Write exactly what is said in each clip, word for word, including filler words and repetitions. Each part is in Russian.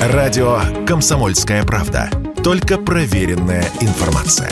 Радио «Комсомольская правда». Только проверенная информация.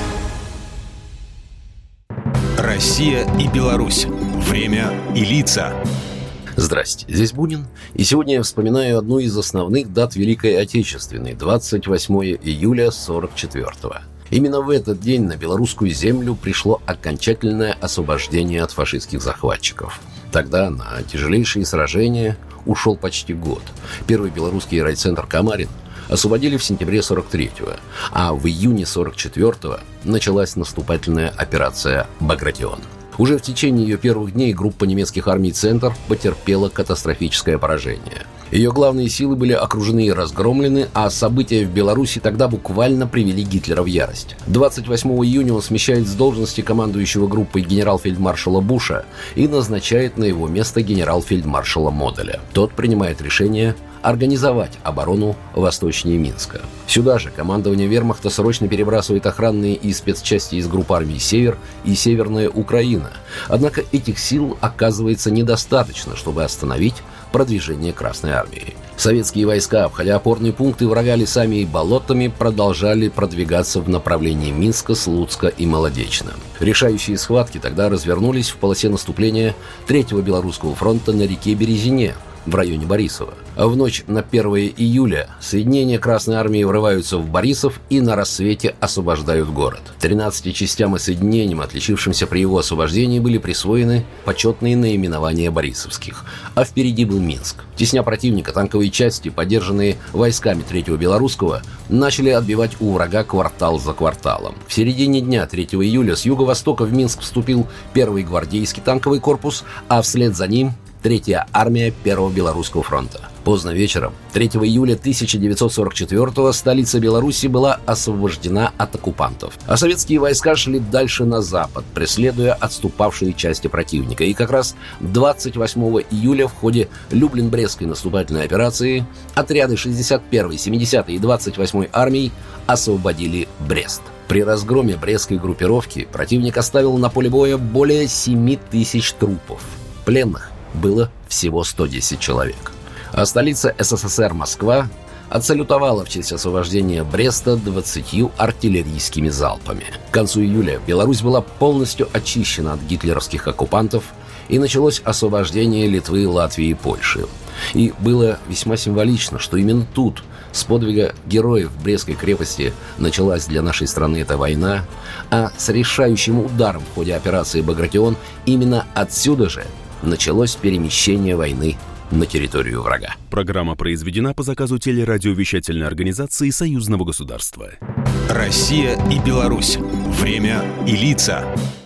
Россия и Беларусь. Время и лица. Здрасте, здесь Бунин. И сегодня я вспоминаю одну из основных дат Великой Отечественной – двадцать восьмое июля сорок четвёртого. Именно в этот день на белорусскую землю пришло окончательное освобождение от фашистских захватчиков. Тогда на тяжелейшие сражения ушел почти год. Первый белорусский райцентр Камарин освободили в сентябре сорок третьего, а в июне сорок четвёртого началась наступательная операция «Багратион». Уже в течение ее первых дней группа немецких армий «Центр» потерпела катастрофическое поражение. Ее главные силы были окружены и разгромлены, а события в Беларуси тогда буквально привели Гитлера в ярость. двадцать восьмого июня он смещает с должности командующего группой генерал-фельдмаршала Буша и назначает на его место генерал-фельдмаршала Моделя. Тот принимает решение организовать оборону восточнее Минска. Сюда же командование вермахта срочно перебрасывает охранные и спецчасти из групп армий «Север» и «Северная Украина». Однако этих сил оказывается недостаточно, чтобы остановить продвижение Красной армии. Советские войска, обходя опорные пункты врага лесами и болотами, продолжали продвигаться в направлении Минска, Слуцка и Молодечно. Решающие схватки тогда развернулись в полосе наступления Третьего Белорусского фронта на реке Березине, в районе Борисова. А в ночь на первое июля соединения Красной армии врываются в Борисов и на рассвете освобождают город. тринадцати частям и соединениям, отличившимся при его освобождении, были присвоены почетные наименования борисовских. А впереди был Минск. Тесня противника, танковые части, поддержанные войсками Третьего Белорусского, начали отбивать у врага квартал за кварталом. В середине дня третьего июля с юго-востока в Минск вступил первый гвардейский танковый корпус, а вслед за ним Третья армия Первого Белорусского фронта. Поздно вечером третьего июля тысяча девятьсот сорок четвёртого столица Беларуси была освобождена от оккупантов, а советские войска шли дальше на запад, преследуя отступавшие части противника. И как раз двадцать восьмого июля в ходе Люблин-Брестской наступательной операции отряды шестьдесят первой, семидесятой и двадцать восьмой армий освободили Брест. При разгроме брестской группировки противник оставил на поле боя более семи тысяч трупов. Пленных было всего сто десять человек. А столица СССР Москва отсалютовала в честь освобождения Бреста двадцатью артиллерийскими залпами. К концу июля Беларусь была полностью очищена от гитлеровских оккупантов, и началось освобождение Литвы, Латвии и Польши. И было весьма символично, что именно тут, с подвига героев Брестской крепости, началась для нашей страны эта война, а с решающим ударом в ходе операции «Багратион» именно отсюда же началось перемещение войны на территорию врага. Программа произведена по заказу телерадиовещательной организации Союзного государства. Россия и Беларусь. Время и лица.